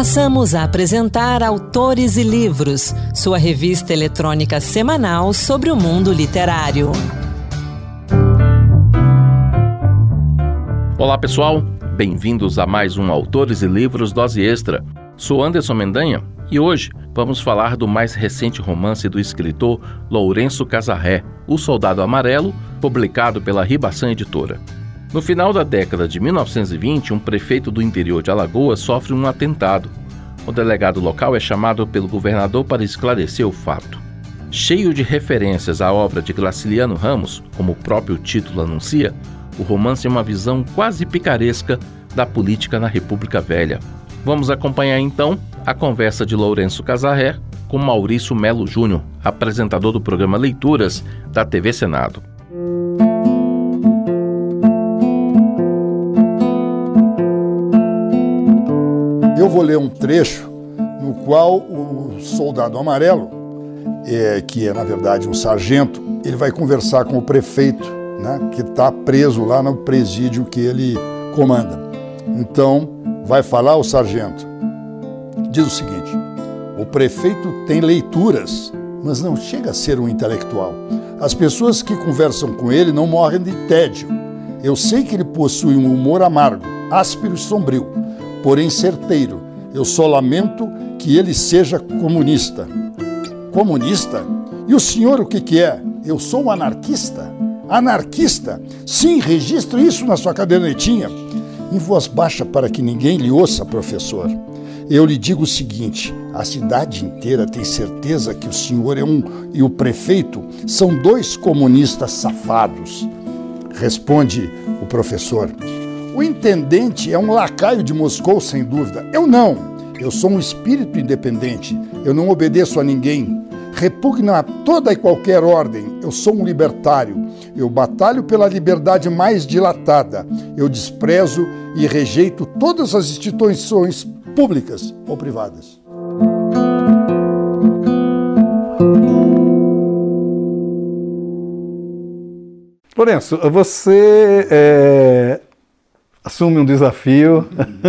Passamos a apresentar Autores e Livros, sua revista eletrônica semanal sobre o mundo literário. Olá pessoal, bem-vindos a mais um Autores e Livros Dose Extra. Sou Anderson Mendanha e hoje vamos falar do mais recente romance do escritor Lourenço Casarré, O Soldado Amarelo, publicado pela Ribação Editora. No final da década de 1920, um prefeito do interior de Alagoas sofre um atentado. O delegado local é chamado pelo governador para esclarecer o fato. Cheio de referências à obra de Graciliano Ramos, como o próprio título anuncia, o romance é uma visão quase picaresca da política na República Velha. Vamos acompanhar então a conversa de Lourenço Casarré com Maurício Melo Júnior, apresentador do programa Leituras da TV Senado. Eu vou ler um trecho no qual o soldado amarelo, que é na verdade um sargento, ele vai conversar com o prefeito, né, que está preso lá no presídio que ele comanda. Então, vai falar o sargento. Diz o seguinte: o prefeito tem leituras, mas não chega a ser um intelectual. As pessoas que conversam com ele não morrem de tédio. Eu sei que ele possui um humor amargo, áspero e sombrio, porém certeiro. Eu só lamento que ele seja comunista. Comunista? E o senhor o que é? Eu sou um anarquista? Anarquista? Sim, registre isso na sua cadernetinha. Em voz baixa para que ninguém lhe ouça, professor. Eu lhe digo o seguinte: a cidade inteira tem certeza que o senhor e o prefeito são dois comunistas safados. Responde o professor. O intendente é um lacaio de Moscou, sem dúvida. Eu não. Eu sou um espírito independente. Eu não obedeço a ninguém. Repugno a toda e qualquer ordem. Eu sou um libertário. Eu batalho pela liberdade mais dilatada. Eu desprezo e rejeito todas as instituições públicas ou privadas. Lourenço, você assume um desafio,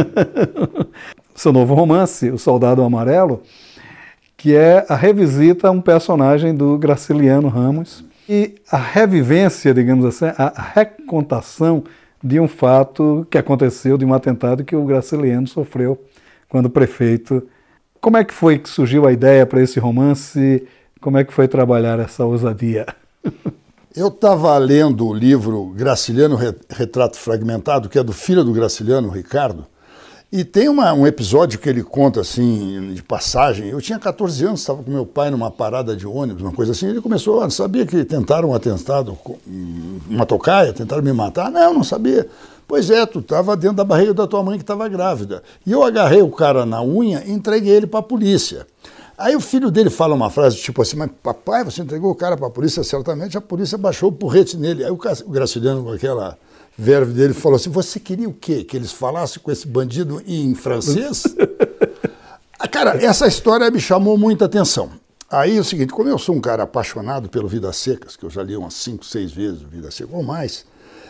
seu novo romance, O Soldado Amarelo, que é a revisita a um personagem do Graciliano Ramos e a revivência, digamos assim, a recontação de um fato que aconteceu, de um atentado que o Graciliano sofreu quando prefeito. Como é que foi que surgiu a ideia para esse romance? Como é que foi trabalhar essa ousadia? Eu estava lendo o livro Graciliano Retrato Fragmentado, que é do filho do Graciliano, Ricardo, e tem um episódio que ele conta assim, de passagem. Eu tinha 14 anos, estava com meu pai numa parada de ônibus, uma coisa assim, ele começou, sabia que tentaram um atentado, uma tocaia, tentaram me matar? Não sabia. Pois é, tu estava dentro da barriga da tua mãe que estava grávida. E eu agarrei o cara na unha e entreguei ele para a polícia. Aí o filho dele fala uma frase tipo assim: mas papai, você entregou o cara para a polícia? Certamente a polícia baixou o porrete nele. Aí o Graciliano, com aquela verve dele, falou assim: você queria o quê? Que eles falassem com esse bandido em francês? Cara, essa história me chamou muita atenção. Aí é o seguinte: como eu sou um cara apaixonado pelo Vidas Secas, que eu já li umas 5, 6 vezes Vidas Secas ou mais,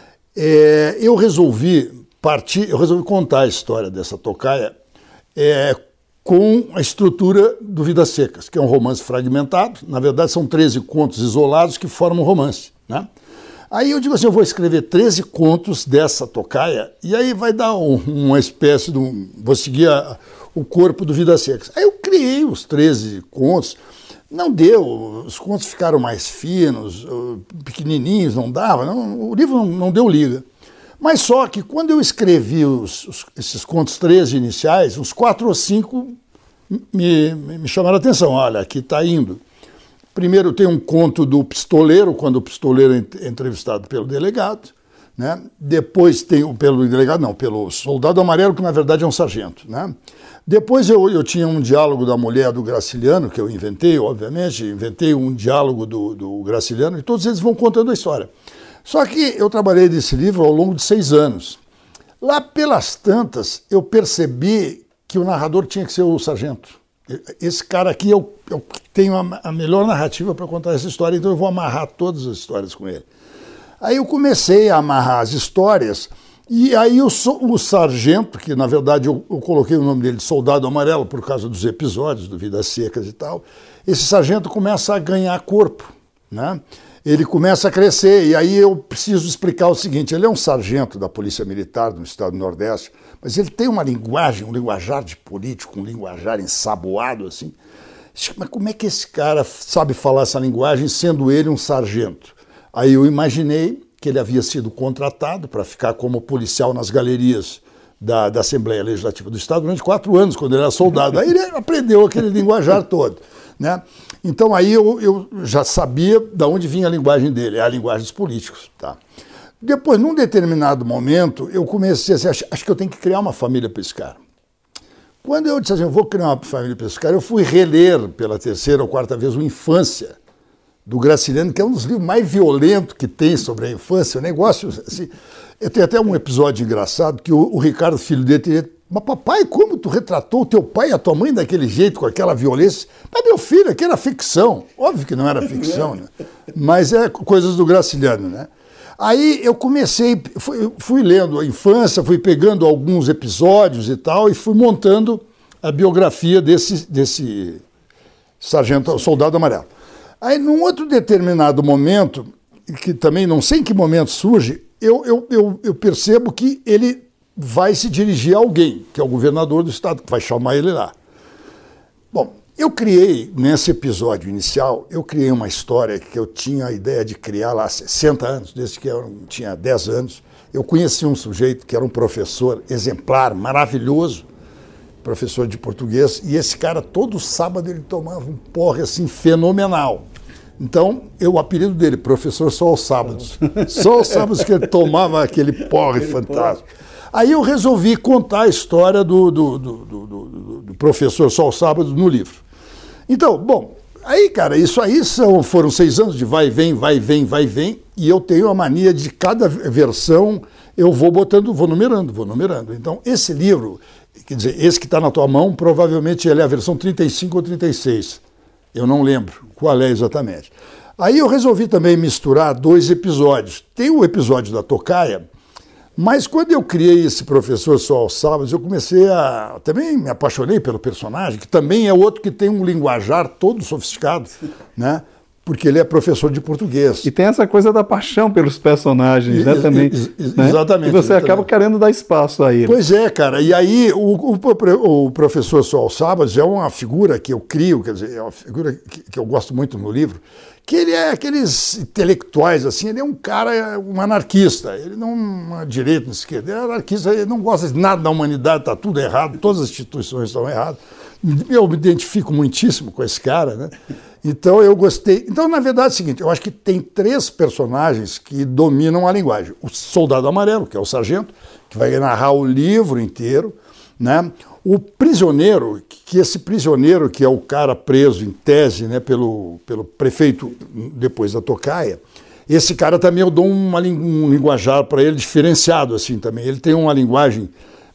eu resolvi contar a história dessa tocaia com a estrutura do Vidas Secas, que é um romance fragmentado. Na verdade, são 13 contos isolados que formam um romance, né? Aí eu digo assim: eu vou escrever 13 contos dessa tocaia e aí vai dar uma espécie de vou seguir o corpo do Vidas Secas. Aí eu criei os 13 contos. Não deu, os contos ficaram mais finos, pequenininhos, não dava, o livro não deu liga. Mas só que quando eu escrevi esses contos 13 iniciais, uns 4 ou 5 me chamaram a atenção. Olha, aqui está indo. Primeiro tem um conto do pistoleiro, quando o pistoleiro é entrevistado pelo delegado, né? Depois tem pelo soldado amarelo, que na verdade é um sargento, né? Depois eu tinha um diálogo da mulher do Graciliano, que eu inventei, obviamente, inventei um diálogo do Graciliano, e todos eles vão contando a história. Só que eu trabalhei nesse livro ao longo de 6 anos. Lá pelas tantas, eu percebi que o narrador tinha que ser o sargento. Esse cara aqui eu tenho a melhor narrativa para contar essa história, então eu vou amarrar todas as histórias com ele. Aí eu comecei a amarrar as histórias E aí o sargento, que na verdade eu coloquei o nome dele de Soldado Amarelo por causa dos episódios do Vidas Secas e tal, esse sargento começa a ganhar corpo, né? Ele começa a crescer, e aí eu preciso explicar o seguinte: ele é um sargento da Polícia Militar do Estado do Nordeste, mas ele tem uma linguagem, um linguajar de político, um linguajar ensaboado, assim. Mas como é que esse cara sabe falar essa linguagem sendo ele um sargento? Aí eu imaginei que ele havia sido contratado para ficar como policial nas galerias da Assembleia Legislativa do Estado durante 4 anos, quando ele era soldado. Aí ele aprendeu aquele linguajar todo, né? Então aí eu já sabia de onde vinha a linguagem dele, é a linguagem dos políticos. Tá? Depois, num determinado momento, eu comecei a dizer, acho que eu tenho que criar uma família para esse cara. Quando eu disse assim, eu vou criar uma família para esse cara, eu fui reler pela 3ª ou 4ª vez o Infância, do Graciliano, que é um dos livros mais violentos que tem sobre a infância, um negócio assim. Eu tenho até um episódio engraçado que o Ricardo, filho dele, teria: mas papai, como tu retratou o teu pai e a tua mãe daquele jeito, com aquela violência? Mas meu filho, aqui era ficção. Óbvio que não era ficção, né? Mas é coisas do Graciliano, né? Aí eu comecei, fui lendo a infância, fui pegando alguns episódios e tal, e fui montando a biografia desse sargento, Soldado Amarelo. Aí, num outro determinado momento, que também não sei em que momento surge, eu percebo que ele vai se dirigir a alguém, que é o governador do estado, que vai chamar ele lá. Bom, eu criei, nesse episódio inicial, eu criei uma história que eu tinha a ideia de criar lá há 60 anos, desde que eu tinha 10 anos. Eu conheci um sujeito que era um professor exemplar, maravilhoso, professor de português, e esse cara, todo sábado, ele tomava um porre assim fenomenal. Então, o apelido dele, professor só aos sábados. Só aos sábados que ele tomava aquele porre fantástico. Aí eu resolvi contar a história do professor só aos sábados no livro. Então, bom, aí, cara, isso aí foram 6 anos de vai e vem, vai e vem, vai e vem, e eu tenho a mania de cada versão eu vou numerando. Então, esse livro, quer dizer, esse que está na tua mão, provavelmente ele é a versão 35 ou 36. Eu não lembro qual é exatamente. Aí eu resolvi também misturar 2 episódios. Tem o episódio da tocaia, mas quando eu criei esse professor só aos sábados, eu comecei a... Também me apaixonei pelo personagem, que também é outro que tem um linguajar todo sofisticado, né? Porque ele é professor de português. E tem essa coisa da paixão pelos personagens, né, também. Né? Exatamente. E você acaba querendo dar espaço a ele. Pois é, cara. E aí o professor só aos sábados é uma figura que eu crio, quer dizer, é uma figura que eu gosto muito no livro, que ele é aqueles intelectuais, assim, ele é um cara, um anarquista, ele não é direita, não esquerda, ele é anarquista, ele não gosta de nada da humanidade, está tudo errado, todas as instituições estão erradas. Eu me identifico muitíssimo com esse cara, né? Então eu gostei. Então, na verdade, é o seguinte, eu acho que tem 3 personagens que dominam a linguagem. O Soldado Amarelo, que é o sargento, que vai narrar o livro inteiro, né? O prisioneiro, que esse prisioneiro, que é o cara preso em tese, né, pelo prefeito depois da tocaia, esse cara também eu dou um linguajar para ele diferenciado, assim, também. Ele tem uma linguagem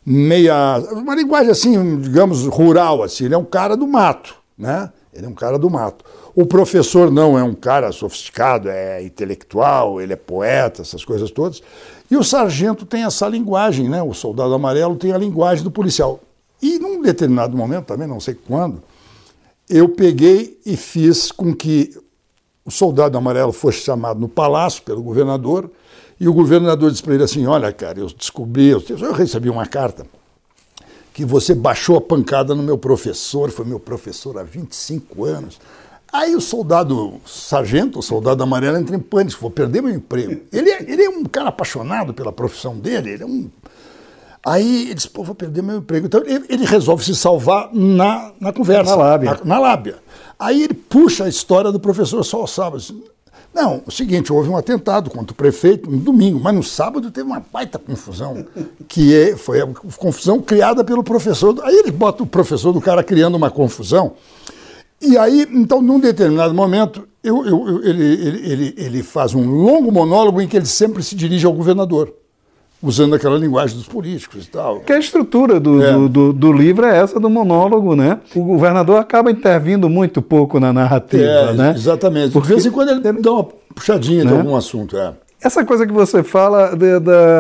uma linguagem assim, digamos, rural, assim. Ele é um cara do mato, né? Ele é um cara do mato. O professor não é um cara sofisticado, é intelectual, ele é poeta, essas coisas todas. E o sargento tem essa linguagem, né? O Soldado Amarelo tem a linguagem do policial. E num determinado momento, também não sei quando, eu peguei e fiz com que o Soldado Amarelo fosse chamado no palácio pelo governador, e o governador disse para ele assim: olha, cara, eu descobri, eu recebi uma carta que você baixou a pancada no meu professor, foi meu professor há 25 anos. Aí o sargento, o Soldado Amarelo, entra em pânico, vou perder meu emprego. Ele é um cara apaixonado pela profissão dele, ele é um... Aí ele disse, vou perder meu emprego. Então ele resolve se salvar na conversa. Na lábia. Aí ele puxa a história do professor só aos sábados. Não, o seguinte, houve um atentado contra o prefeito no domingo, mas no sábado teve uma baita confusão, foi a confusão criada pelo professor. Aí ele bota o professor do cara criando uma confusão. E aí, então, num determinado momento, ele faz um longo monólogo em que ele sempre se dirige ao governador, usando aquela linguagem dos políticos e tal. Que a estrutura do livro é essa do monólogo, né? O governador acaba intervindo muito pouco na narrativa, né? Exatamente. Porque, de vez em quando ele dá uma puxadinha de algum assunto. Essa coisa que você fala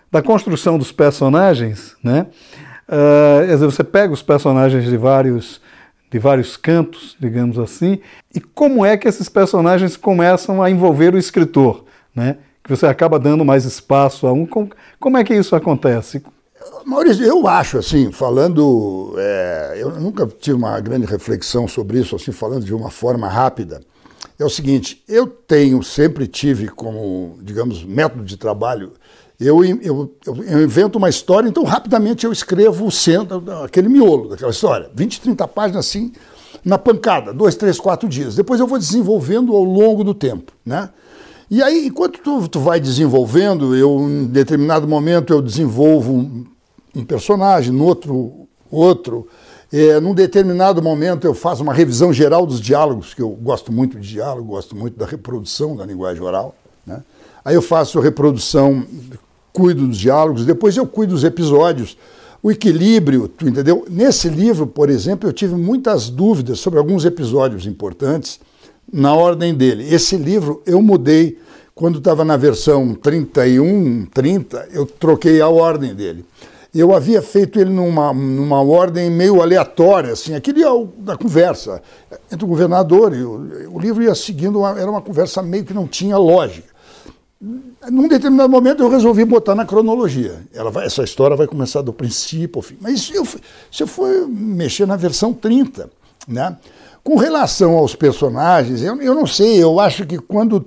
da construção dos personagens, né? Quer dizer, você pega os personagens de vários cantos, digamos assim, e como é que esses personagens começam a envolver o escritor, né? Que você acaba dando mais espaço a um. Como é que isso acontece? Maurício, eu acho, assim, falando... eu nunca tive uma grande reflexão sobre isso, assim, falando de uma forma rápida. É o seguinte, eu sempre tive como, digamos, método de trabalho, eu invento uma história, então rapidamente eu escrevo o centro, aquele miolo daquela história, 20, 30 páginas assim, na pancada, 2, 3, 4 dias. Depois eu vou desenvolvendo ao longo do tempo, né? E aí, enquanto tu vai desenvolvendo, em determinado momento eu desenvolvo um personagem, no outro. Num determinado momento eu faço uma revisão geral dos diálogos, que eu gosto muito de diálogo, gosto muito da reprodução da linguagem oral, né? Aí eu faço reprodução, cuido dos diálogos, depois eu cuido dos episódios, o equilíbrio, tu entendeu? Nesse livro, por exemplo, eu tive muitas dúvidas sobre alguns episódios importantes na ordem dele. Esse livro eu mudei, quando estava na versão 31, 30, eu troquei a ordem dele. Eu havia feito ele numa ordem meio aleatória, assim, aquele da conversa entre o governador e o livro ia seguindo, era uma conversa meio que não tinha lógica. Num determinado momento eu resolvi botar na cronologia. Essa história vai começar do princípio ao fim. Mas isso foi mexer na versão 30, né? Com relação aos personagens, eu não sei, eu acho que quando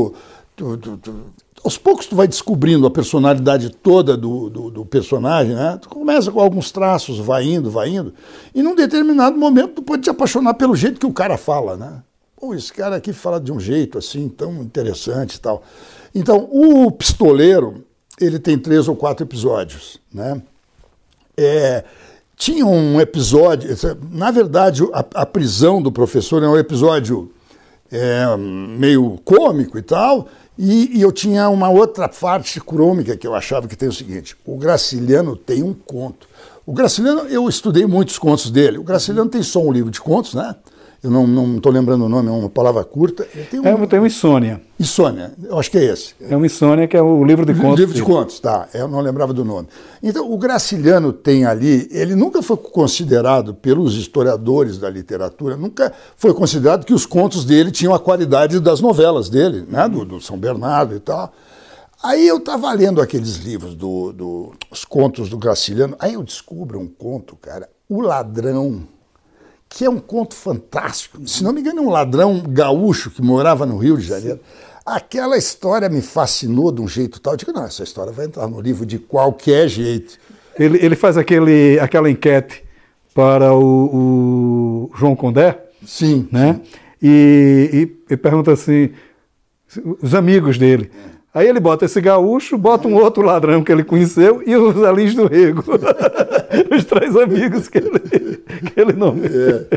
aos poucos tu vai descobrindo a personalidade toda do personagem, né? Tu começa com alguns traços, vai indo, e num determinado momento tu pode te apaixonar pelo jeito que o cara fala, né? Pô, esse cara aqui fala de um jeito assim, tão interessante e tal. Então, o Pistoleiro, ele tem 3 ou 4 episódios, né? Tinha um episódio, na verdade, a prisão do professor é um episódio meio cômico e tal, e eu tinha uma outra parte crômica que eu achava que tem o seguinte: o Graciliano tem um conto. O Graciliano, eu estudei muitos contos dele. O Graciliano tem só um livro de contos, né? Eu não estou lembrando o nome, é uma palavra curta. Tem um Insônia. Insônia, eu acho que é esse. É um Insônia, que é o livro de contos. Livro de contos, tá. Eu não lembrava do nome. Então, o Graciliano tem ali, ele nunca foi considerado pelos historiadores da literatura, nunca foi considerado que os contos dele tinham a qualidade das novelas dele, né, do São Bernardo e tal. Aí eu estava lendo aqueles livros os contos do Graciliano, aí eu descubro um conto, cara, O Ladrão, que é um conto fantástico. Se não me engano, é um ladrão gaúcho que morava no Rio de Janeiro. Aquela história me fascinou de um jeito tal. Eu digo, não, essa história vai entrar no livro de qualquer jeito. Ele faz aquela enquete para o João Condé. Sim. Né? E pergunta assim, os amigos dele. Aí ele bota esse gaúcho, bota um outro ladrão que ele conheceu e os Alins do Rego. Os 3 amigos que ele nomeou.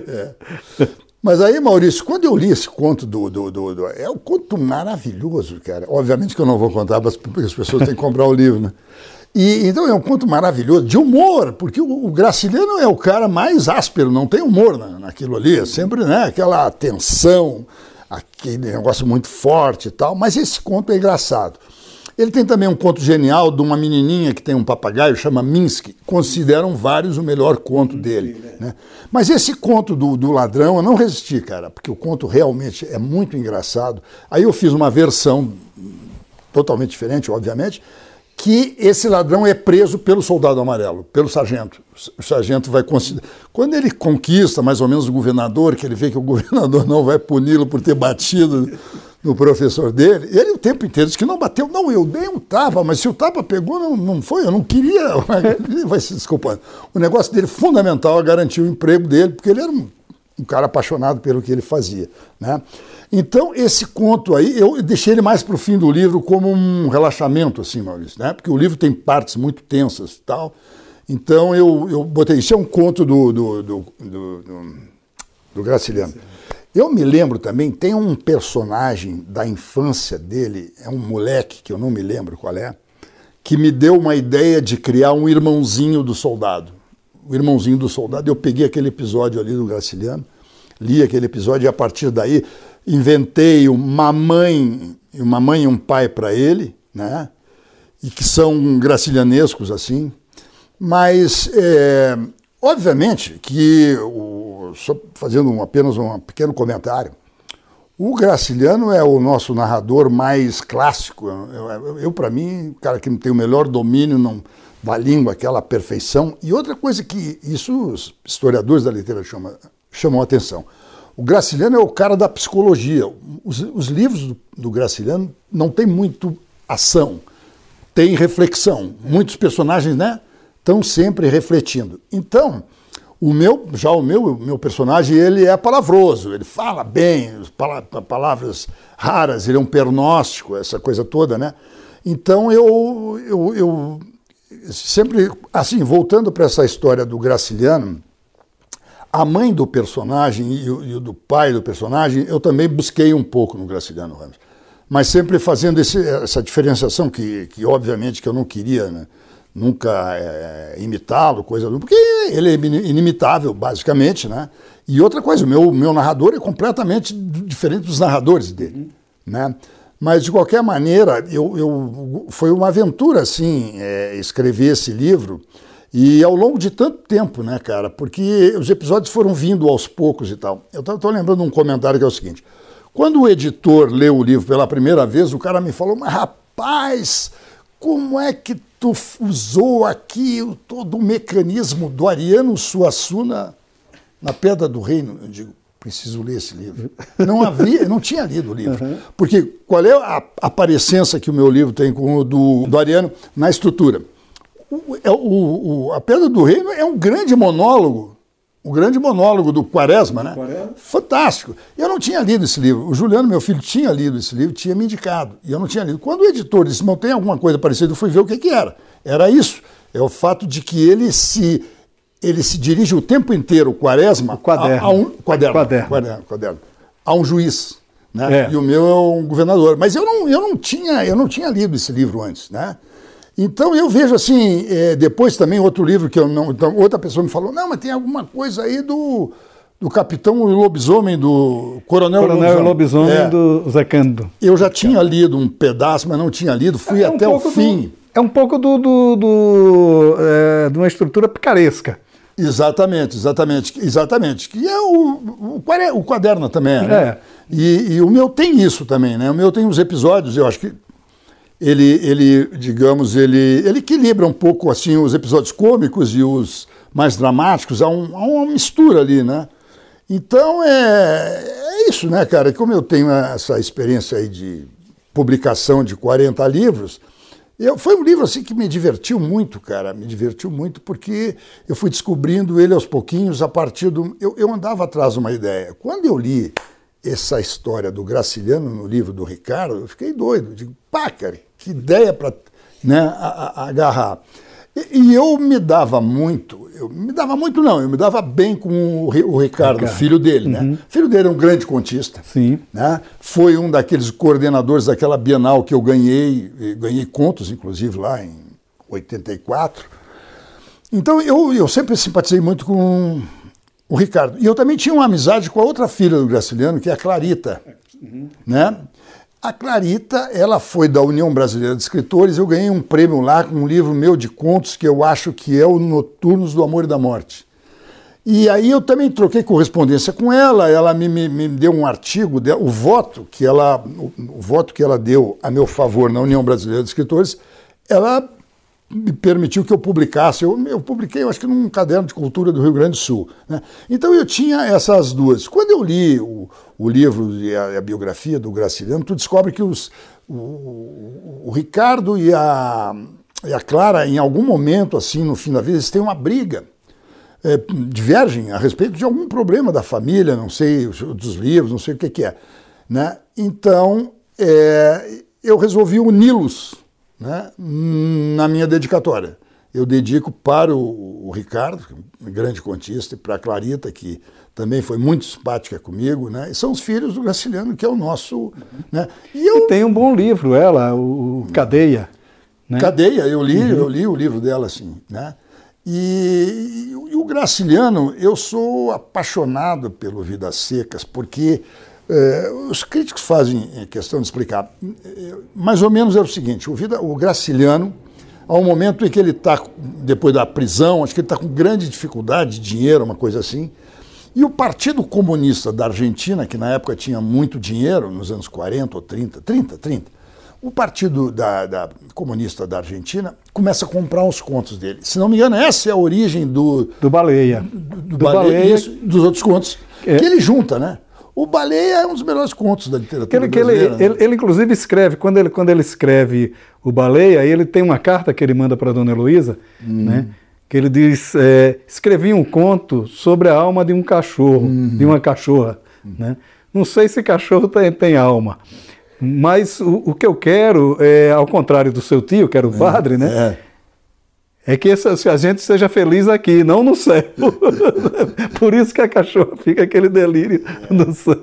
Mas aí, Maurício, quando eu li esse conto é um conto maravilhoso, cara. Obviamente que eu não vou contar, porque as pessoas têm que comprar o livro, né? Então é um conto maravilhoso, de humor, porque o Graciliano é o cara mais áspero, não tem humor naquilo ali, é sempre, né, aquela tensão, aquele negócio muito forte e tal, mas esse conto é engraçado. Ele tem também um conto genial de uma menininha que tem um papagaio, chama Minsky. Consideram vários o melhor conto dele, né? Mas esse conto do ladrão eu não resisti, cara, porque o conto realmente é muito engraçado. Aí eu fiz uma versão totalmente diferente, obviamente, que esse ladrão é preso pelo soldado amarelo, pelo sargento. O sargento vai considerar... Quando ele conquista mais ou menos o governador, que ele vê que o governador não vai puni-lo por ter batido no professor dele, ele o tempo inteiro diz que não bateu. Não, eu dei um tapa, mas se o tapa pegou, não foi, eu não queria. Ele vai se desculpando. O negócio dele fundamental é garantir o emprego dele, porque ele era um cara apaixonado pelo que ele fazia, né? Então, esse conto aí, eu deixei ele mais para o fim do livro como um relaxamento, assim, Maurício, né? Porque o livro tem partes muito tensas e tal. Então, eu botei... Isso é um conto do Graciliano. Eu me lembro também, tem um personagem da infância dele, é um moleque, que eu não me lembro qual é, que me deu uma ideia de criar um irmãozinho do soldado. O irmãozinho do soldado, eu peguei aquele episódio ali do Graciliano, li aquele episódio e a partir daí inventei uma mãe e um pai para ele, né? e que são gracilianescos assim, mas obviamente que, só fazendo apenas um pequeno comentário, o Graciliano é o nosso narrador mais clássico. Eu para mim, o cara que tem o melhor domínio da língua, aquela perfeição. E outra coisa que isso os historiadores da literatura chamam a atenção. O Graciliano é o cara da psicologia. Os livros do Graciliano não tem muito ação, tem reflexão. Muitos personagens, né, estão sempre refletindo. Então, o meu personagem, ele é palavroso, ele fala bem, palavras raras, ele é um pernóstico, essa coisa toda, né? Então eu sempre, assim, voltando para essa história do Graciliano, a mãe do personagem e do pai do personagem, eu também busquei um pouco no Graciliano Ramos, mas sempre fazendo essa diferenciação que obviamente que eu não queria, né? Nunca imitá-lo, coisa do... Porque ele é inimitável, basicamente, né? E outra coisa, o meu narrador é completamente diferente dos narradores dele, né? Mas, de qualquer maneira, foi uma aventura, assim, escrever esse livro, e ao longo de tanto tempo, né, cara? Porque os episódios foram vindo aos poucos e tal. Eu estou lembrando de um comentário que é o seguinte: quando o editor leu o livro pela primeira vez, o cara me falou, mas rapaz, como é que tu usou aqui todo o mecanismo do Ariano Suassuna na Pedra do Reino? Eu digo, preciso ler esse livro. Não tinha lido o livro. Porque qual é a parecença que o meu livro tem com o do Ariano na estrutura? A Pedra do Reino é um grande monólogo, o grande monólogo do Quaresma, né? Fantástico. Eu não tinha lido esse livro. O Juliano, meu filho, tinha lido esse livro, tinha me indicado. E eu não tinha lido. Quando o editor disse, não tem alguma coisa parecida, eu fui ver o que era. Era isso. É o fato de que ele se dirige o tempo inteiro, o Quaresma, a um juiz. Né? E o meu é um governador. Mas eu não tinha lido esse livro antes, né? Então eu vejo assim, depois também outro livro que então, outra pessoa me falou, não, mas tem alguma coisa aí do Capitão Lobisomem, do Coronel Lobisomem do Zé Cândido. Eu já tinha lido um pedaço, mas não tinha lido, fui até o fim. É um pouco de uma estrutura picaresca. Exatamente. Que é o Quaderno também, né? E o meu tem isso também, né? O meu tem os episódios, eu acho que ele equilibra um pouco assim os episódios cômicos e os mais dramáticos, há uma mistura ali, né? Então é isso, né, cara? Como eu tenho essa experiência aí de publicação de 40 livros, foi um livro assim que me divertiu muito, cara, porque eu fui descobrindo ele aos pouquinhos a partir eu andava atrás de uma ideia. Quando eu li essa história do Graciliano no livro do Ricardo, eu fiquei doido. Eu digo, pá, cara, que ideia para, né, agarrar. E eu me dava bem com o Ricardo, filho dele, né? Filho dele é um grande contista. Sim. Né? Foi um daqueles coordenadores daquela Bienal que eu ganhei contos, inclusive, lá em 84. Então, eu sempre simpatizei muito com o Ricardo. E eu também tinha uma amizade com a outra filha do Graciliano, que é a Clarita. Né? A Clarita, ela foi da União Brasileira de Escritores, eu ganhei um prêmio lá com um livro meu de contos que eu acho que é o Noturnos do Amor e da Morte. E aí eu também troquei correspondência com ela me deu um artigo, o voto que ela deu a meu favor na União Brasileira de Escritores, ela me permitiu que eu publicasse, eu publiquei, eu acho que num caderno de cultura do Rio Grande do Sul. Né? Então eu tinha essas duas. Quando eu li o livro e a biografia do Graciliano, tu descobre que o Ricardo e a Clara, em algum momento, assim, no fim da vida, eles têm uma briga, divergem a respeito de algum problema da família, não sei, dos livros, não sei o que é. Né? Então, eu resolvi uni-los, né, na minha dedicatória. Eu dedico para o Ricardo, um grande contista, e para a Clarita, que também foi muito simpática comigo, né, e são os filhos do Graciliano, que é o nosso... Né, e tem um bom livro, o Cadeia. Né? Cadeia, eu li o livro dela, assim, né, e o Graciliano, eu sou apaixonado pelo Vidas Secas, porque Os críticos fazem questão de explicar. Mais ou menos é o seguinte, o Graciliano, há um momento em que ele está, depois da prisão, acho que ele está com grande dificuldade de dinheiro, uma coisa assim, e o Partido Comunista da Argentina, que na época tinha muito dinheiro, nos anos 40 ou 30, o Partido Comunista da Argentina começa a comprar os contos dele. Se não me engano, essa é a origem do Baleia. Do Baleia, isso, dos outros contos, que ele junta, né? O Baleia é um dos melhores contos da literatura brasileira. Ele inclusive escreve, quando ele escreve o Baleia, ele tem uma carta que ele manda para a Dona Heloísa, né, que ele diz, escrevi um conto sobre a alma de um cachorro, de uma cachorra. Né? Não sei se cachorro tem alma, mas o que eu quero, ao contrário do seu tio, que era o padre, né? É que a gente seja feliz aqui, não no céu. Por isso que a cachorra fica aquele delírio no céu.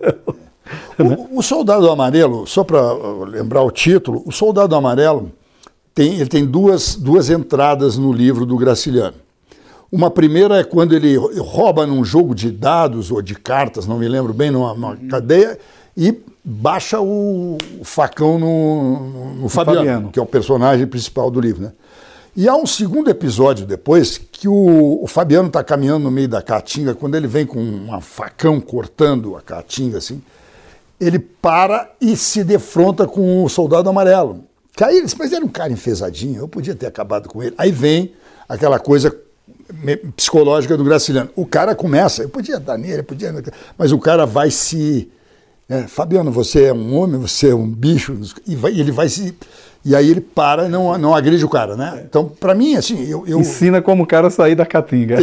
O Soldado Amarelo, só para lembrar o título, o Soldado Amarelo ele tem duas entradas no livro do Graciliano. Uma primeira é quando ele rouba num jogo de dados ou de cartas, não me lembro bem, numa cadeia, e baixa o facão no Fabiano, que é o personagem principal do livro, né? E há um segundo episódio depois que o Fabiano está caminhando no meio da caatinga, quando ele vem com um facão cortando a caatinga, assim, ele para e se defronta com o Soldado Amarelo. Que aí ele disse, mas era um cara enfesadinho, eu podia ter acabado com ele. Aí vem aquela coisa psicológica do Graciliano. O cara começa, eu podia dar nele, mas o cara vai se... Fabiano, você é um homem, você é um bicho, ele vai se... E aí ele para e não agride o cara, né? Então, para mim, assim... Ensina como o cara sair da caatinga.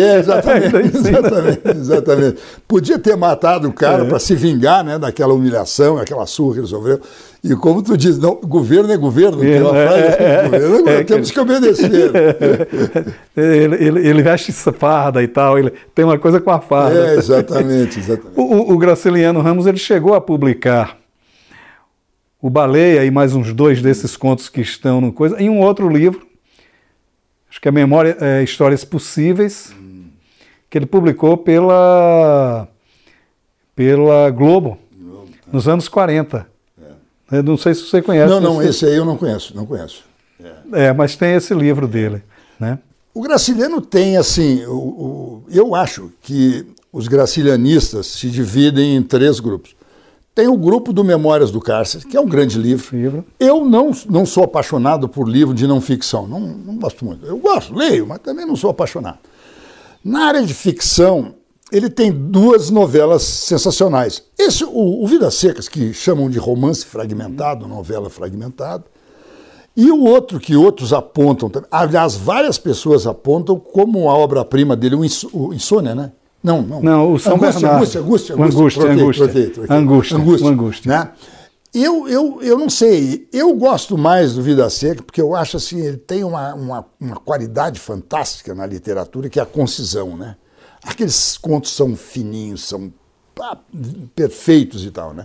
Exatamente. Podia ter matado o cara para se vingar, né, daquela humilhação, aquela surra que ele sofreu. E como tu diz, não, governo é governo, tem uma frase, governo é governo, temos que obedecer. Ele veste farda e tal, ele tem uma coisa com a farda. Exatamente. O Graciliano Ramos, ele chegou a publicar o Baleia e mais uns 2 desses contos que estão no coisa, em um outro livro, acho que é Histórias Possíveis, que ele publicou pela Globo, nos anos 40. Eu não sei se você conhece. Não, esse aí eu não conheço. Mas tem esse livro dele, né? O Graciliano tem, assim, eu acho que os gracilianistas se dividem em 3 grupos. Tem o grupo do Memórias do Cárcere, que é um grande livro. Eu não sou apaixonado por livro de não ficção, não gosto muito. Eu gosto, leio, mas também não sou apaixonado. Na área de ficção, ele tem 2 novelas sensacionais. O Vidas Secas, que chamam de romance fragmentado, novela fragmentada, e o outro que outros apontam, aliás, várias pessoas apontam como a obra-prima dele, o Insônia, né? Não, o São Bernardo. Angústia. Né? Eu não sei, eu gosto mais do Vidas Secas, porque eu acho assim, ele tem uma qualidade fantástica na literatura, que é a concisão, né? Aqueles contos são fininhos, são perfeitos e tal, né?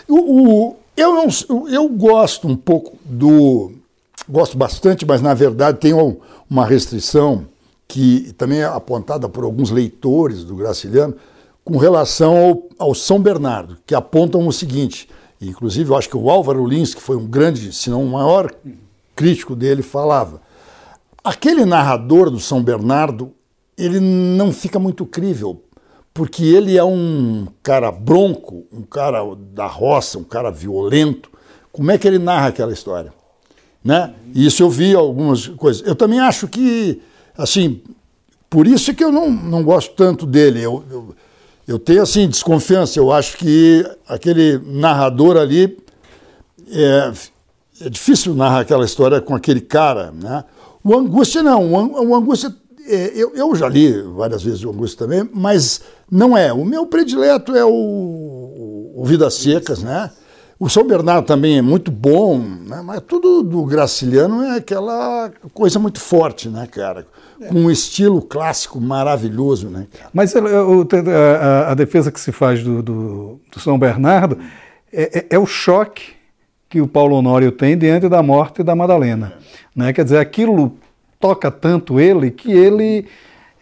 Eu gosto um pouco gosto bastante, mas na verdade tem uma restrição que também é apontada por alguns leitores do Graciliano, com relação ao São Bernardo, que apontam o seguinte, inclusive eu acho que o Álvaro Lins, que foi um grande, se não o maior crítico dele, falava, aquele narrador do São Bernardo, ele não fica muito crível, porque ele é um cara bronco, um cara da roça, um cara violento. Como é que ele narra aquela história? Né? E isso eu vi algumas coisas. Eu também acho que, assim, por isso é que eu não gosto tanto dele. Eu tenho, assim, desconfiança. Eu acho que aquele narrador ali, é difícil narrar aquela história com aquele cara, né? O Angústia não. O Angústia, eu já li várias vezes o Angústia também, mas não é. O meu predileto é o Vidas Secas, né? O São Bernardo também é muito bom, né? Mas tudo do Graciliano é aquela coisa muito forte, né, cara? Com um estilo clássico maravilhoso, né, cara? Mas a defesa que se faz do São Bernardo é o choque que o Paulo Honório tem diante da morte da Madalena. Né? Quer dizer, aquilo toca tanto ele que ele...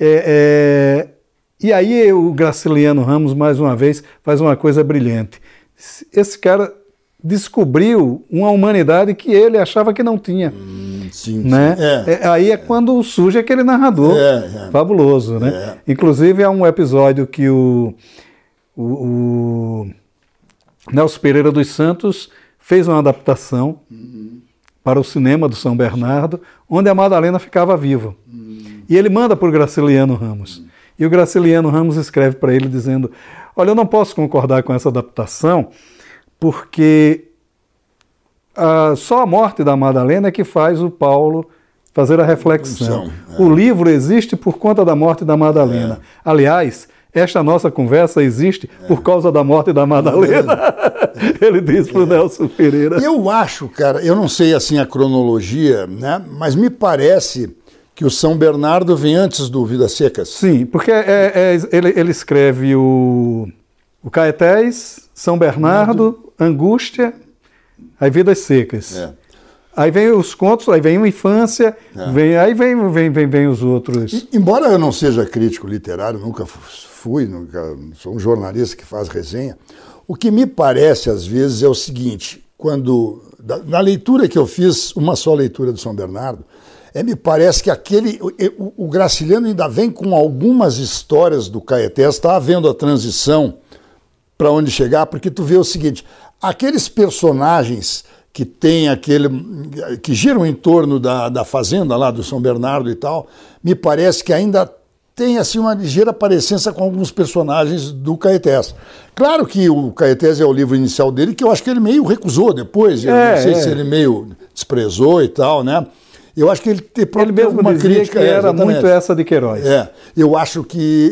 E aí o Graciliano Ramos, mais uma vez, faz uma coisa brilhante. esse cara descobriu uma humanidade que ele achava que não tinha. Sim, né? Aí é quando surge aquele narrador fabuloso. Né? Inclusive, há um episódio que o Nelson Pereira dos Santos fez uma adaptação para o cinema do São Bernardo, onde a Madalena ficava viva. E ele manda para o Graciliano Ramos. E o Graciliano Ramos escreve para ele dizendo: olha, eu não posso concordar com essa adaptação, porque só a morte da Madalena é que faz o Paulo fazer a reflexão. O livro existe por conta da morte da Madalena. Aliás, esta nossa conversa existe por causa da morte da Madalena. Ele diz para o Nelson Pereira. Eu acho, cara, eu não sei assim a cronologia, né? Mas me parece que o São Bernardo vem antes do Vidas Secas. Sim, porque ele escreve o Caetés, São Bernardo, Angústia, aí Vidas Secas. Aí vem os contos, aí vem uma infância, aí vem os outros. Embora eu não seja crítico literário, nunca fui, sou um jornalista que faz resenha, o que me parece às vezes é o seguinte: na leitura que eu fiz, uma só leitura do São Bernardo, me parece que o Graciliano ainda vem com algumas histórias do Caetés, está havendo a transição para onde chegar, porque tu vê o seguinte: aqueles personagens que tem que giram em torno da fazenda lá do São Bernardo e tal, me parece que ainda tem assim uma ligeira parecência com alguns personagens do Caetés. Claro que o Caetés é o livro inicial dele, que eu acho que ele meio recusou depois, eu não sei se ele meio desprezou e tal, né? Eu acho que ele mesmo alguma dizia crítica que era muito essa de Queiroz. Eu acho que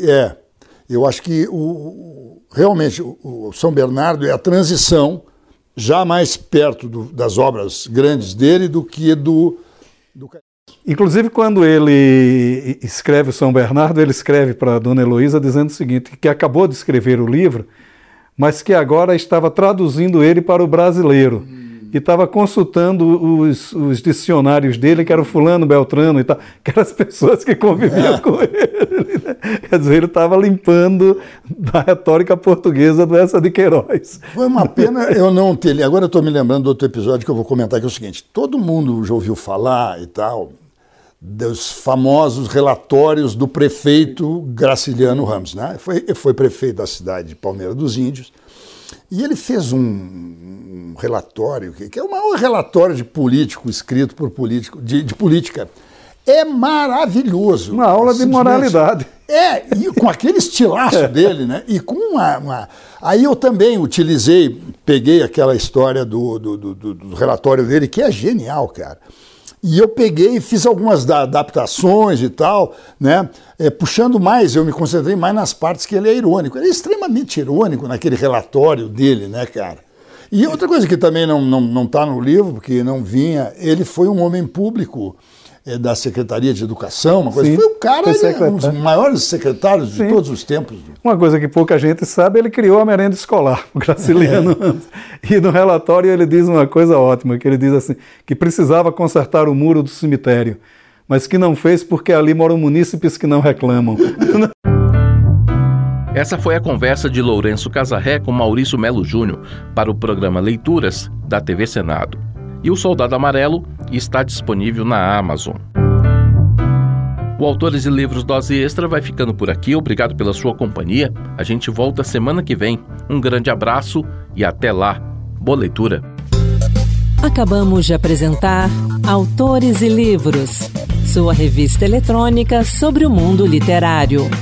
realmente o São Bernardo é a transição já mais perto das obras grandes dele do que do Inclusive, quando ele escreve o São Bernardo, ele escreve para a Dona Heloísa dizendo o seguinte, que acabou de escrever o livro, mas que agora estava traduzindo ele para o brasileiro. E estava consultando os dicionários dele, que era o fulano, beltrano e tal, que eram as pessoas que conviviam com ele. Né? Quer dizer, ele estava limpando da retórica portuguesa do Essa de Queiroz. Foi uma pena eu não ter lido. Agora eu estou me lembrando do outro episódio que eu vou comentar, que é o seguinte: todo mundo já ouviu falar e tal dos famosos relatórios do prefeito Graciliano Ramos, né? Foi prefeito da cidade de Palmeira dos Índios. E ele fez um relatório, que é o maior relatório de político escrito por político, de política. É maravilhoso. Uma aula de moralidade. E com aquele estilaço dele, né? E com Aí eu também peguei aquela história do relatório dele, que é genial, cara. E eu peguei e fiz algumas adaptações e tal, né? Puxando mais, eu me concentrei mais nas partes que ele é irônico. Ele é extremamente irônico naquele relatório dele, né, cara? E outra coisa que também não está no livro, porque não vinha, ele foi um homem público da Secretaria de Educação, uma coisa. Sim, foi o cara, um dos maiores secretários de todos os tempos. Uma coisa que pouca gente sabe, ele criou a merenda escolar, o Graciliano. E no relatório ele diz uma coisa ótima, que ele diz assim, que precisava consertar o muro do cemitério, mas que não fez porque ali moram munícipes que não reclamam. Essa foi a conversa de Lourenço Casarré com Maurício Melo Júnior para o programa Leituras da TV Senado. E o Soldado Amarelo está disponível na Amazon. O Autores e Livros Dose Extra vai ficando por aqui. Obrigado pela sua companhia. A gente volta semana que vem. Um grande abraço e até lá. Boa leitura. Acabamos de apresentar Autores e Livros, sua revista eletrônica sobre o mundo literário.